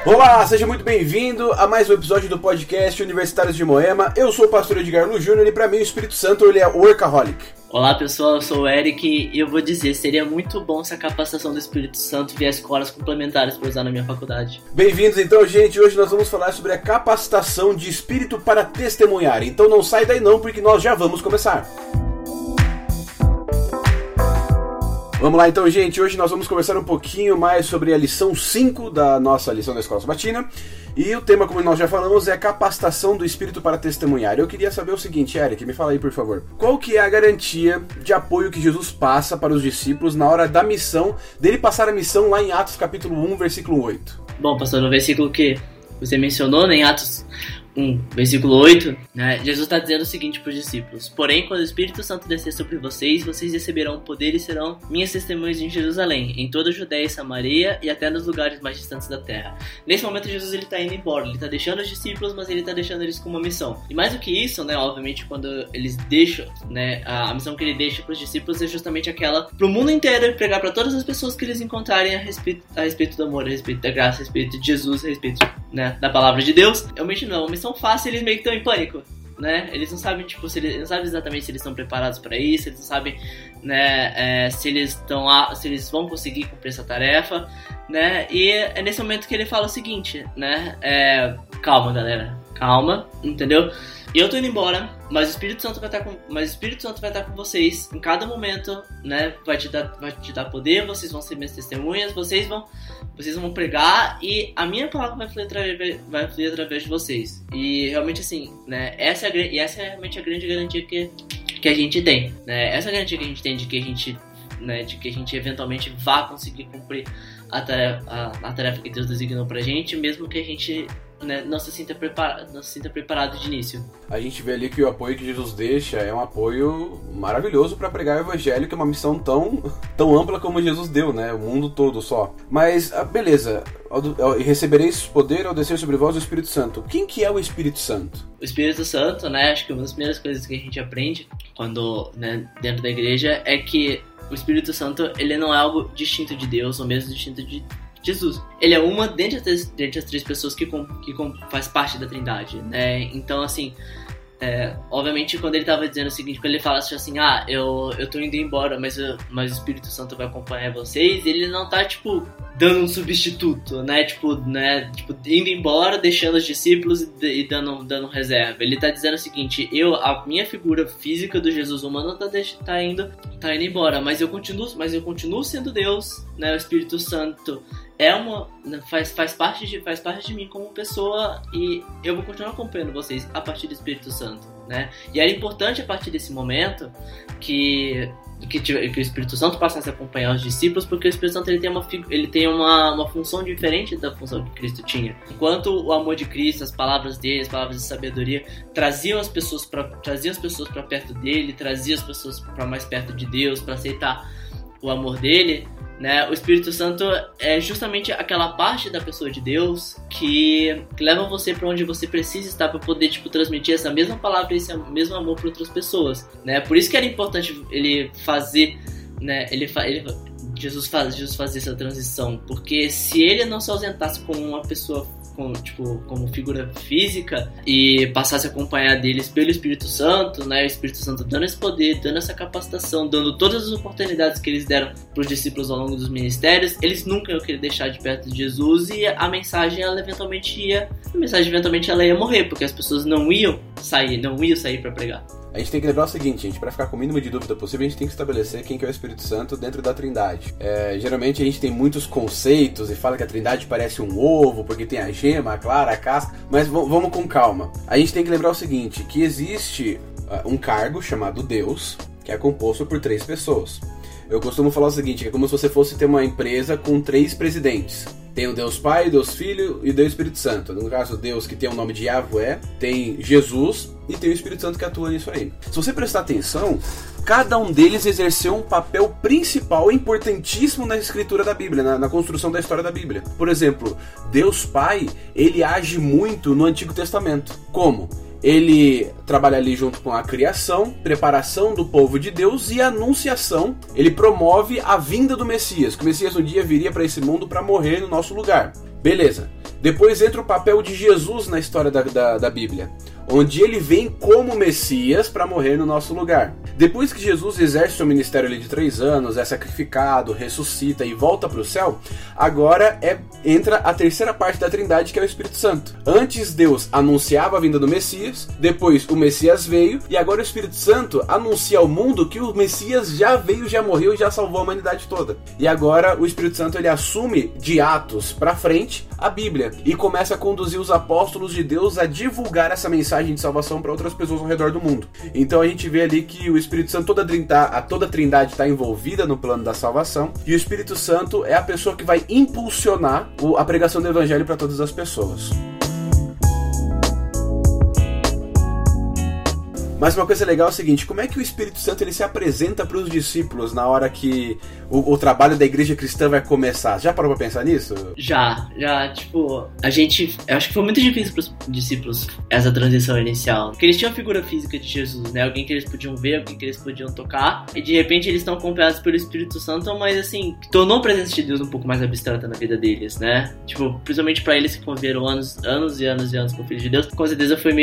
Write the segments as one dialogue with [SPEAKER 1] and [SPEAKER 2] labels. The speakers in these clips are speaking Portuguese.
[SPEAKER 1] Olá, seja muito bem-vindo a mais um episódio do podcast Universitários de Moema. Eu sou o pastor Edgar Lu Júnior e para mim o Espírito Santo ele é workaholic.
[SPEAKER 2] Olá pessoal, eu sou o Eric e eu vou dizer, seria muito bom se a capacitação do Espírito Santo viesse escolas complementares para usar na minha faculdade.
[SPEAKER 1] Bem-vindos então, gente. Hoje nós vamos falar sobre a capacitação de Espírito para testemunhar. Então não sai daí não, porque nós já vamos começar. Vamos lá então, gente. Hoje nós vamos conversar um pouquinho mais sobre a lição 5 da nossa lição da Escola Sabatina. E o tema, como nós já falamos, é a capacitação do Espírito para testemunhar. Eu queria saber o seguinte, Eric, me fala aí, por favor. Qual que é a garantia de apoio que Jesus passa para os discípulos na hora da missão, dele passar a missão lá em Atos capítulo 1, versículo 8?
[SPEAKER 2] Bom, pastor, no versículo que você mencionou, né, em Atos 1, versículo 8, né, Jesus está dizendo o seguinte para os discípulos: porém, quando o Espírito Santo descer sobre vocês, vocês receberão poder e serão minhas testemunhas em Jerusalém, em toda a Judéia e Samaria e até nos lugares mais distantes da terra. Nesse momento, Jesus está indo embora, ele está deixando os discípulos, mas ele está deixando eles com uma missão. E mais do que isso, né, obviamente, quando eles deixam, né, a missão que ele deixa para os discípulos é justamente aquela para o mundo inteiro e pregar para todas as pessoas que eles encontrarem a respeito do amor, a respeito da graça, a respeito de Jesus, a respeito, né, da palavra de Deus. Realmente não é uma missão fácil, eles meio que estão em pânico, né? Eles não sabem, tipo, eles não sabem exatamente se eles estão preparados para isso, eles não sabem, né, se eles vão conseguir cumprir essa tarefa, né? E é nesse momento que ele fala o seguinte, né? Calma, galera, calma, entendeu? Eu tô indo embora, mas o Espírito Santo vai estar com vocês em cada momento, né? Vai te dar poder, vocês vão ser minhas testemunhas, vocês vão pregar e a minha palavra vai fluir através de vocês. E realmente assim, né? Essa é realmente a grande garantia que a gente tem, né? Essa é a garantia que a gente tem de que a gente eventualmente vá conseguir cumprir a tarefa que Deus designou pra gente, mesmo que a gente, né, não se sinta preparado de início.
[SPEAKER 1] A gente vê ali que o apoio que Jesus deixa é um apoio maravilhoso para pregar o evangelho, que é uma missão tão ampla como Jesus deu, né? O mundo todo só. Mas, beleza, recebereis poder ao descer sobre vós o Espírito Santo. Quem que é o Espírito Santo?
[SPEAKER 2] O Espírito Santo, né, acho que uma das primeiras coisas que a gente aprende quando, né, dentro da igreja é que o Espírito Santo, ele não é algo distinto de Deus, ou mesmo distinto de Jesus. Ele é uma dentre as três pessoas que faz parte da Trindade, né? Então, assim, obviamente, quando ele estava dizendo o seguinte, quando ele fala assim, eu tô indo embora, mas o Espírito Santo vai acompanhar vocês, ele não tá, tipo, dando um substituto, né? Tipo, indo embora, deixando os discípulos e dando reserva. Ele tá dizendo o seguinte: a minha figura física do Jesus humano tá indo embora, mas eu continuo sendo Deus, né? O Espírito Santo faz parte de mim como pessoa e eu vou continuar acompanhando vocês a partir do Espírito Santo, né? E era importante a partir desse momento que o Espírito Santo passasse a acompanhar os discípulos, porque o Espírito Santo ele tem uma função diferente da função que Cristo tinha. Enquanto o amor de Cristo, as palavras dele, as palavras de sabedoria traziam as pessoas para perto dele, traziam as pessoas para mais perto de Deus, para aceitar o amor dele, né? O Espírito Santo é justamente aquela parte da pessoa de Deus que leva você para onde você precisa estar para poder, tipo, transmitir essa mesma palavra e esse mesmo amor para outras pessoas, né? Por isso que era importante ele fazer, né? Jesus fazer essa transição, porque se ele não se ausentasse como uma pessoa como figura física e passasse a acompanhar deles pelo Espírito Santo, né? O Espírito Santo dando esse poder, dando essa capacitação, dando todas as oportunidades que eles deram para os discípulos ao longo dos ministérios, eles nunca iam querer deixar de perto de Jesus e a mensagem eventualmente ia morrer, porque as pessoas não iam sair para pregar.
[SPEAKER 1] A gente tem que lembrar o seguinte, gente, para ficar com o mínimo de dúvida possível, a gente tem que estabelecer quem que é o Espírito Santo dentro da Trindade. Geralmente a gente tem muitos conceitos e fala que a Trindade parece um ovo, porque tem a gema, a clara, a casca, mas vamos com calma. A gente tem que lembrar o seguinte, que existe um cargo chamado Deus, que é composto por 3 pessoas. Eu costumo falar o seguinte, que é como se você fosse ter uma empresa com 3 presidentes. Tem o Deus Pai, Deus Filho e Deus Espírito Santo. No caso, Deus, que tem o nome de Yahvé, tem Jesus e tem o Espírito Santo que atua nisso aí. Se você prestar atenção, cada um deles exerceu um papel principal, importantíssimo na escritura da Bíblia, na construção da história da Bíblia. Por exemplo, Deus Pai, ele age muito no Antigo Testamento. Como? Ele trabalha ali junto com a criação, preparação do povo de Deus e anunciação. Ele promove a vinda do Messias, que o Messias um dia viria para esse mundo para morrer no nosso lugar. Beleza. Depois entra o papel de Jesus na história da Bíblia, onde ele vem como Messias para morrer no nosso lugar. Depois que Jesus exerce seu ministério ali de 3 anos, é sacrificado, ressuscita e volta para o céu, agora entra a terceira parte da Trindade, que é o Espírito Santo. Antes Deus anunciava a vinda do Messias, depois o Messias veio, e agora o Espírito Santo anuncia ao mundo que o Messias já veio, já morreu e já salvou a humanidade toda. E agora o Espírito Santo ele assume de Atos para frente a Bíblia e começa a conduzir os apóstolos de Deus a divulgar essa mensagem de salvação para outras pessoas ao redor do mundo. Então a gente vê ali que o Espírito Santo, toda a Trindade está envolvida no plano da salvação, e o Espírito Santo é a pessoa que vai impulsionar a pregação do Evangelho para todas as pessoas. Mas uma coisa legal é o seguinte, como é que o Espírito Santo ele se apresenta para os discípulos na hora que o trabalho da igreja cristã vai começar? Já parou pra pensar nisso?
[SPEAKER 2] Já, tipo, eu acho que foi muito difícil para os discípulos essa transição inicial, porque eles tinham a figura física de Jesus, né, alguém que eles podiam ver, alguém que eles podiam tocar, e de repente eles estão acompanhados pelo Espírito Santo, mas assim, tornou a presença de Deus um pouco mais abstrata na vida deles, né, tipo, principalmente para eles que conviveram anos e anos com o Filho de Deus, com certeza foi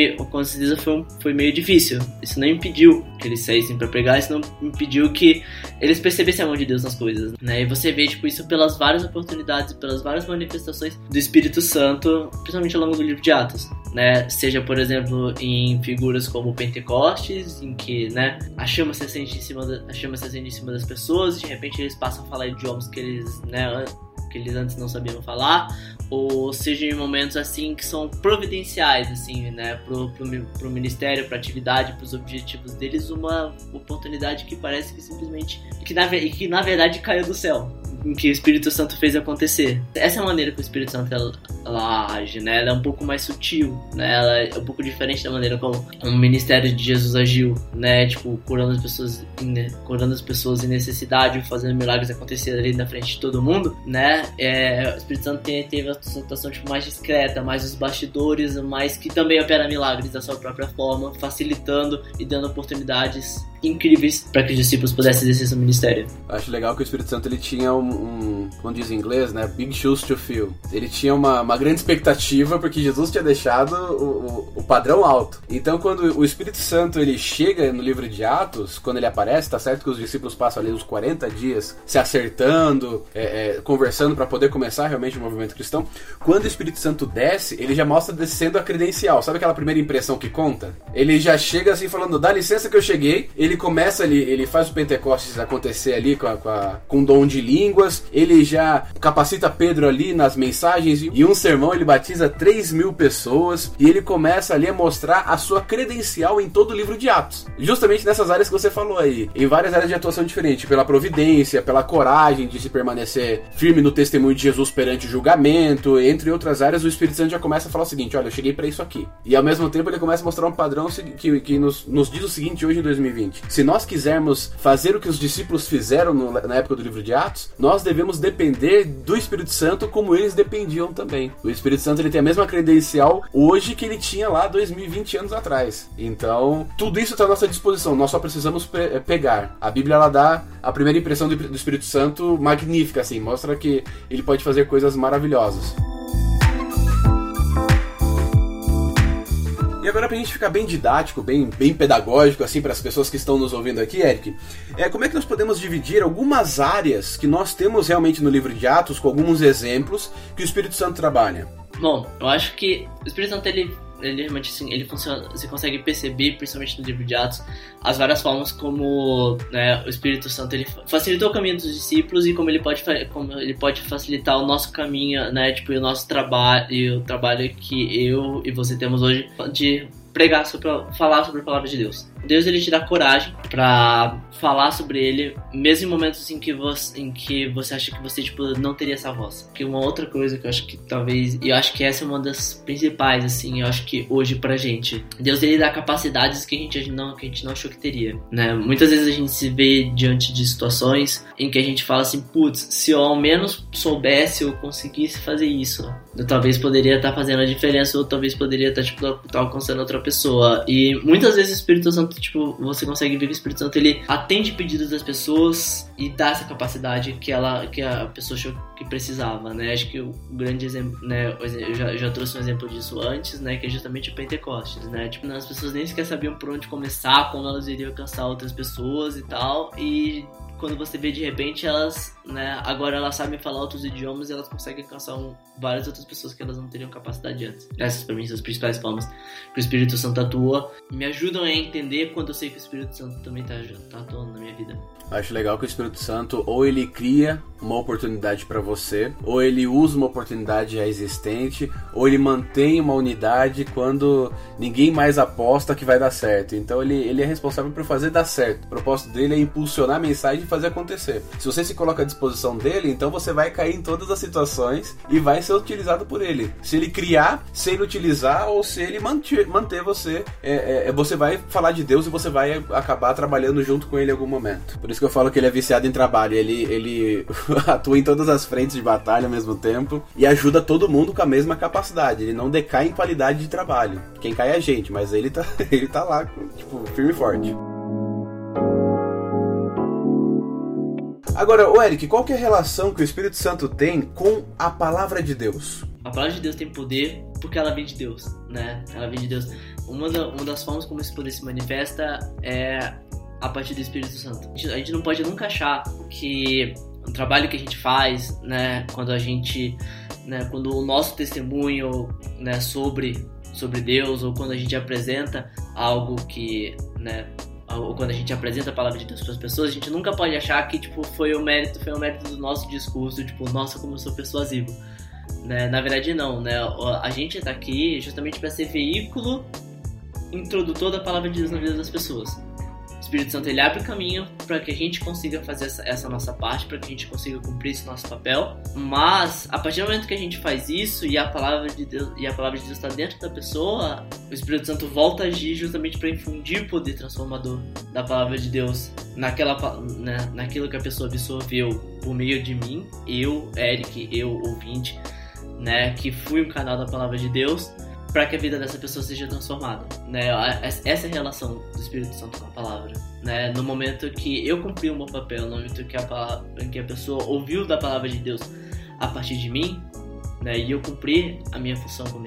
[SPEAKER 2] meio difícil. Isso não impediu que eles saíssem pra pregar, isso não impediu que eles percebessem a mão de Deus nas coisas, né? E você vê, tipo, isso pelas várias oportunidades, pelas várias manifestações do Espírito Santo, principalmente ao longo do livro de Atos, né? Seja, por exemplo, em figuras como Pentecostes, em que, né, a chama se acende em cima das pessoas, e de repente eles passam a falar idiomas que eles, né, que eles antes não sabiam falar, ou seja, em momentos assim que são providenciais, assim, né, pro ministério, pra atividade, pros objetivos deles, uma oportunidade que parece que simplesmente, que na verdade caiu do céu, em que o Espírito Santo fez acontecer. Essa é a maneira que o Espírito Santo ela age, né, ela é um pouco mais sutil, né, ela é um pouco diferente da maneira como o ministério de Jesus agiu, né, tipo, curando as pessoas em necessidade, fazendo milagres acontecer ali na frente de todo mundo, né. O Espírito Santo teve a situação tipo, mais discreta, mais os bastidores, mas que também opera milagres da sua própria forma, facilitando e dando oportunidades incríveis para que os discípulos pudessem exercer seu ministério.
[SPEAKER 1] Acho legal que o Espírito Santo ele tinha como diz em inglês, né, big shoes to fill. Ele tinha uma grande expectativa porque Jesus tinha deixado o padrão alto. Então quando o Espírito Santo ele chega no livro de Atos, quando ele aparece, tá certo que os discípulos passam ali uns 40 dias se acertando, conversando para poder começar realmente o movimento cristão. Quando o Espírito Santo desce, ele já mostra descendo a credencial. Sabe aquela primeira impressão que conta? Ele já chega assim falando, dá licença que eu cheguei. Ele começa ali, ele faz o Pentecostes acontecer ali com dom de línguas. Ele já capacita Pedro ali nas mensagens. E um sermão ele batiza 3.000 pessoas. E ele começa ali a mostrar a sua credencial em todo o livro de Atos. Justamente nessas áreas que você falou aí. Em várias áreas de atuação diferentes. Pela providência, pela coragem de se permanecer firme no testemunho de Jesus perante o julgamento, entre outras áreas, o Espírito Santo já começa a falar o seguinte, olha, eu cheguei pra isso aqui. E ao mesmo tempo ele começa a mostrar um padrão que nos diz o seguinte hoje em 2020. Se nós quisermos fazer o que os discípulos fizeram na época do livro de Atos, nós devemos depender do Espírito Santo como eles dependiam também. O Espírito Santo ele tem a mesma credencial hoje que ele tinha lá 2020 anos atrás. Então, tudo isso está à nossa disposição. Nós só precisamos pegar. A Bíblia ela dá a primeira impressão do Espírito Santo magnífica, assim, mostra que ele pode fazer coisas maravilhosas. E agora pra gente ficar bem didático, bem pedagógico assim para as pessoas que estão nos ouvindo aqui, Eric, como é que nós podemos dividir algumas áreas que nós temos realmente no livro de Atos, com alguns exemplos que o Espírito Santo trabalha?
[SPEAKER 2] Bom, eu acho que o Espírito Santo ele realmente assim, ele funciona, você consegue perceber, principalmente no livro de Atos, as várias formas como, né, o Espírito Santo ele facilitou o caminho dos discípulos e como ele pode facilitar o nosso caminho, né, tipo, e o nosso trabalho e o trabalho que eu e você temos hoje de pregar falar sobre a palavra de Deus. Deus ele te dá coragem pra falar sobre ele, mesmo em momentos em que você acha que você tipo, não teria essa voz. Que uma outra coisa que eu acho que talvez, e eu acho que essa é uma das principais, assim, eu acho que hoje pra gente, Deus ele dá capacidades que a gente não achou que teria, né? Muitas vezes a gente se vê diante de situações em que a gente fala assim, putz, se eu ao menos soubesse ou conseguisse fazer isso, eu talvez poderia estar fazendo a diferença, ou talvez poderia estar tipo, alcançando outra pessoa. E muitas vezes o Espírito Santo Santo, tipo, você consegue ver que o Espírito Santo, ele atende pedidos das pessoas e dá essa capacidade que a pessoa achou que precisava, né? Acho que o grande exemplo, né, eu já trouxe um exemplo disso antes, né, que é justamente o Pentecostes, né? Tipo, as pessoas nem sequer sabiam por onde começar, como elas iriam alcançar outras pessoas e tal, e quando você vê de repente elas, né, agora elas sabem falar outros idiomas e elas conseguem alcançar várias outras pessoas que elas não teriam capacidade antes. Essas para mim são as principais formas que o Espírito Santo atua, me ajudam a entender quando eu sei que o Espírito Santo também tá atuando na minha vida.
[SPEAKER 1] Acho legal que o Espírito Santo ou ele cria uma oportunidade para você, ou ele usa uma oportunidade já existente, ou ele mantém uma unidade quando ninguém mais aposta que vai dar certo. Então ele é responsável por fazer dar certo. O propósito dele é impulsionar a mensagem e fazer acontecer. Se você se coloca à disposição dele, então você vai cair em todas as situações e vai ser utilizado por ele. Se ele criar, se ele utilizar ou se ele manter você, você vai falar de Deus e você vai acabar trabalhando junto com ele em algum momento. Por isso que eu falo que ele é viciado em trabalho. Ele atua em todas as frentes de batalha ao mesmo tempo e ajuda todo mundo com a mesma capacidade. Ele não decai em qualidade de trabalho. Quem cai é a gente, mas ele tá lá, tipo, firme e forte. Agora, Eric, qual que é a relação que o Espírito Santo tem com a Palavra de Deus?
[SPEAKER 2] A Palavra de Deus tem poder porque ela vem de Deus, né? Ela vem de Deus. Uma das formas como esse poder se manifesta é a partir do Espírito Santo. A gente não pode nunca achar que o trabalho que a gente faz, né, quando o nosso testemunho, né, sobre Deus, ou quando a gente apresenta algo que, né, ou quando a gente apresenta a palavra de Deus para as pessoas, a gente nunca pode achar que, tipo, foi o mérito do nosso discurso, tipo, nossa, como eu sou persuasivo, né? Na verdade não, né? A gente está aqui justamente para ser veículo introdutor da palavra de Deus na vida das pessoas. O Espírito Santo, ele abre o caminho para que a gente consiga fazer essa nossa parte, para que a gente consiga cumprir esse nosso papel, mas a partir do momento que a gente faz isso e a palavra de Deus está dentro da pessoa, o Espírito Santo volta a agir justamente para infundir o poder transformador da palavra de Deus naquilo que a pessoa absorveu por meio de mim, eu, Eric, ouvinte, né, que fui um canal da palavra de Deus, para que a vida dessa pessoa seja transformada, né? Essa é a relação do Espírito Santo com a palavra, né? No momento que eu cumpri o meu papel, no momento que a pessoa ouviu da palavra de Deus a partir de mim, né? E eu cumpri a minha função como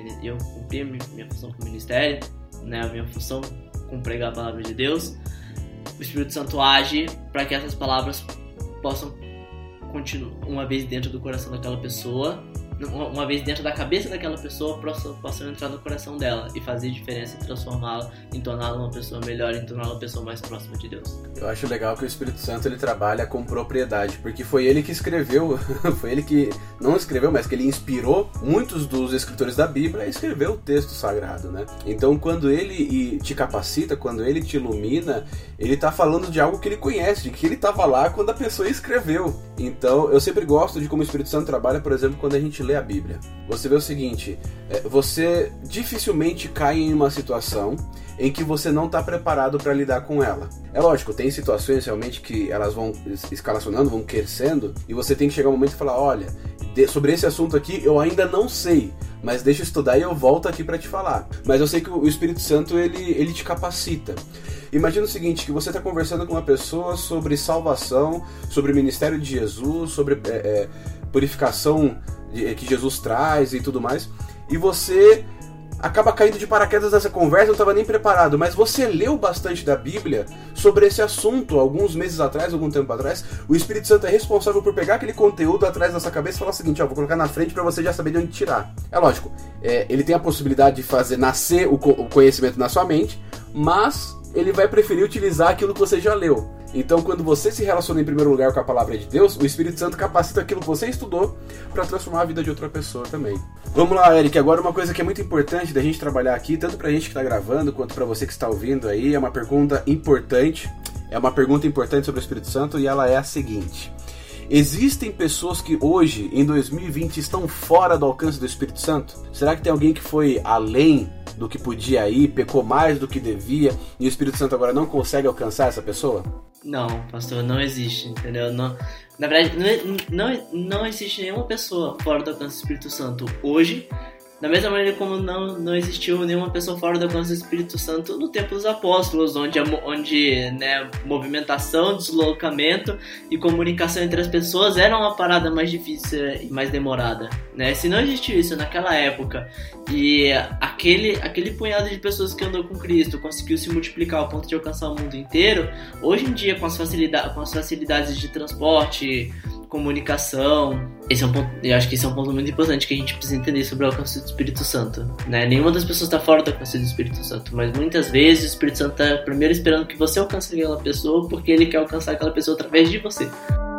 [SPEAKER 2] ministério, né? A minha função com pregar a palavra de Deus, o Espírito Santo age para que essas palavras possam continuar uma vez dentro do coração daquela pessoa, uma vez dentro da cabeça daquela pessoa, possam entrar no coração dela e fazer diferença e transformá-la, em torná-la uma pessoa melhor, em torná-la uma pessoa mais próxima de Deus.
[SPEAKER 1] Eu acho legal que o Espírito Santo, ele trabalha com propriedade, porque foi ele que escreveu, foi ele que não escreveu, mas que ele inspirou muitos dos escritores da Bíblia a escrever o texto sagrado, né? Então, quando ele te capacita, quando ele te ilumina, ele tá falando de algo que ele conhece, de que ele tava lá quando a pessoa escreveu. Então, eu sempre gosto de como o Espírito Santo trabalha, por exemplo, quando a gente lê a Bíblia. Você vê o seguinte, você dificilmente cai em uma situação em que você não está preparado para lidar com ela. É lógico, tem situações realmente que elas vão escalacionando, vão crescendo, e você tem que chegar um momento e falar, olha, sobre esse assunto aqui eu ainda não sei, mas deixa eu estudar e eu volto aqui para te falar. Mas eu sei que o Espírito Santo, ele te capacita. Imagina o seguinte, que você está conversando com uma pessoa sobre salvação, sobre o ministério de Jesus, sobre purificação que Jesus traz e tudo mais, e você acaba caindo de paraquedas nessa conversa, não estava nem preparado, mas você leu bastante da Bíblia sobre esse assunto alguns meses atrás, algum tempo atrás. O Espírito Santo é responsável por pegar aquele conteúdo atrás da sua cabeça e falar o seguinte, vou colocar na frente para você já saber de onde tirar. É lógico, ele tem a possibilidade de fazer nascer o conhecimento na sua mente, mas ele vai preferir utilizar aquilo que você já leu. Então, quando você se relaciona em primeiro lugar com a palavra de Deus, o Espírito Santo capacita aquilo que você estudou para transformar a vida de outra pessoa também. Vamos lá, Eric, agora uma coisa que é muito importante da gente trabalhar aqui, tanto pra gente que está gravando, quanto para você que está ouvindo aí, é uma pergunta importante sobre o Espírito Santo, e ela é a seguinte: existem pessoas que hoje, em 2020, estão fora do alcance do Espírito Santo? Será que tem alguém que foi além do que podia ir, pecou mais do que devia, e o Espírito Santo agora não consegue alcançar essa pessoa?
[SPEAKER 2] Não, pastor, não existe, entendeu? Não, na verdade, não existe nenhuma pessoa fora do alcance do Espírito Santo hoje Da mesma maneira como não existiu nenhuma pessoa fora do alcance do Espírito Santo no tempo dos apóstolos, onde né, movimentação, deslocamento e comunicação entre as pessoas era uma parada mais difícil e mais demorada, né? Se não existiu isso naquela época e aquele punhado de pessoas que andou com Cristo conseguiu se multiplicar ao ponto de alcançar o mundo inteiro, hoje em dia com as facilidades de transporte, comunicação, esse é um ponto, eu acho que esse é um ponto muito importante que a gente precisa entender sobre o alcance do Espírito Santo, né? Nenhuma das pessoas está fora do alcance do Espírito Santo, mas muitas vezes o Espírito Santo está primeiro esperando que você alcance aquela pessoa, porque ele quer alcançar aquela pessoa através de você.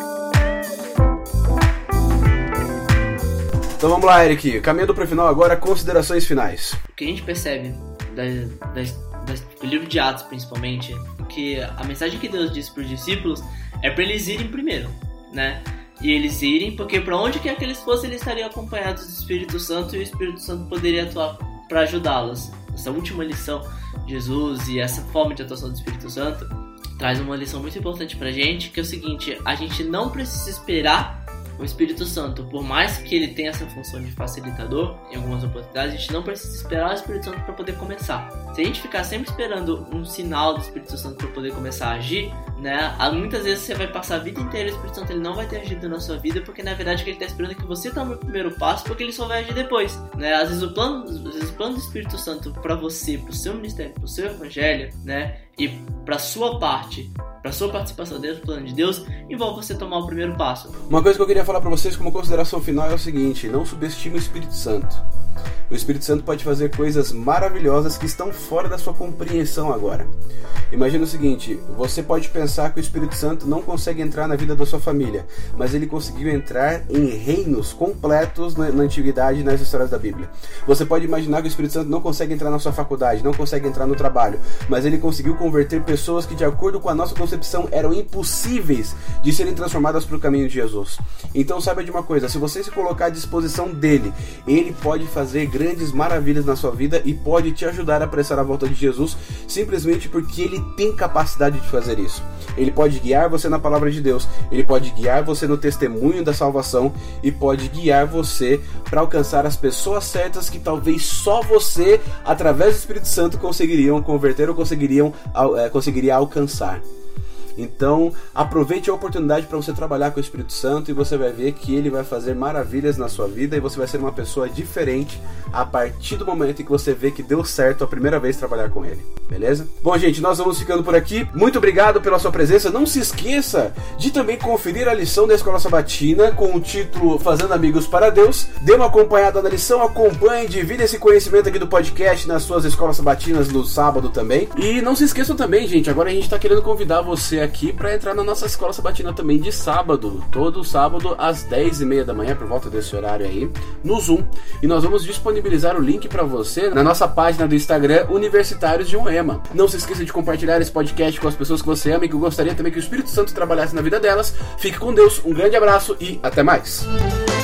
[SPEAKER 1] Então vamos lá, Eric, caminhando para o final agora, considerações finais.
[SPEAKER 2] O que a gente percebe do livro de Atos, principalmente, que a mensagem que Deus disse para os discípulos é para eles irem primeiro, né? E eles irem, porque para onde quer que eles fossem, eles estariam acompanhados do Espírito Santo e o Espírito Santo poderia atuar para ajudá-los. Essa última lição, Jesus e essa forma de atuação do Espírito Santo, traz uma lição muito importante pra gente, que é o seguinte: a gente não precisa esperar o Espírito Santo, por mais que ele tenha essa função de facilitador em algumas oportunidades, a gente não precisa esperar o Espírito Santo para poder começar. Se a gente ficar sempre esperando um sinal do Espírito Santo para poder começar a agir, né, muitas vezes você vai passar a vida inteira e o Espírito Santo ele não vai ter agido na sua vida, porque na verdade o que ele está esperando é que você tome o primeiro passo, porque ele só vai agir depois, né? Às vezes o plano do Espírito Santo para você, para o seu ministério, para o seu evangelho, né, e para sua parte, para sua participação dentro do plano de Deus, envolve você tomar o primeiro passo.
[SPEAKER 1] Uma coisa que eu queria falar para vocês como consideração final é o seguinte: não subestime o Espírito Santo. O Espírito Santo pode fazer coisas maravilhosas que estão fora da sua compreensão agora. Imagina o seguinte: você pode pensar que o Espírito Santo não consegue entrar na vida da sua família, mas ele conseguiu entrar em reinos completos na antiguidade e nas histórias da Bíblia. Você pode imaginar que o Espírito Santo não consegue entrar na sua faculdade, não consegue entrar no trabalho, mas ele conseguiu converter pessoas que, de acordo com a nossa concepção, eram impossíveis de serem transformadas para o caminho de Jesus. Então saiba de uma coisa: se você se colocar à disposição dele, ele pode fazer grandes maravilhas na sua vida e pode te ajudar a apressar a volta de Jesus, simplesmente porque ele tem capacidade de fazer isso. Ele pode guiar você na palavra de Deus, ele pode guiar você no testemunho da salvação e pode guiar você para alcançar as pessoas certas que talvez só você, através do Espírito Santo, conseguiriam converter ou conseguiria alcançar. Então, aproveite a oportunidade para você trabalhar com o Espírito Santo e você vai ver que ele vai fazer maravilhas na sua vida e você vai ser uma pessoa diferente a partir do momento em que você vê que deu certo a primeira vez trabalhar com ele. Beleza? Bom, gente, nós vamos ficando por aqui. Muito obrigado pela sua presença. Não se esqueça de também conferir a lição da Escola Sabatina com o título Fazendo Amigos para Deus. Dê uma acompanhada na lição, acompanhe, divida esse conhecimento aqui do podcast nas suas escolas sabatinas no sábado também. E não se esqueçam também, gente, agora a gente está querendo convidar você aqui para entrar na nossa escola sabatina também de sábado, todo sábado às 10h30 da manhã, por volta desse horário aí, no Zoom. E nós vamos disponibilizar o link para você na nossa página do Instagram, Universitários de Moema. Não se esqueça de compartilhar esse podcast com as pessoas que você ama e que gostaria também que o Espírito Santo trabalhasse na vida delas. Fique com Deus, um grande abraço e até mais!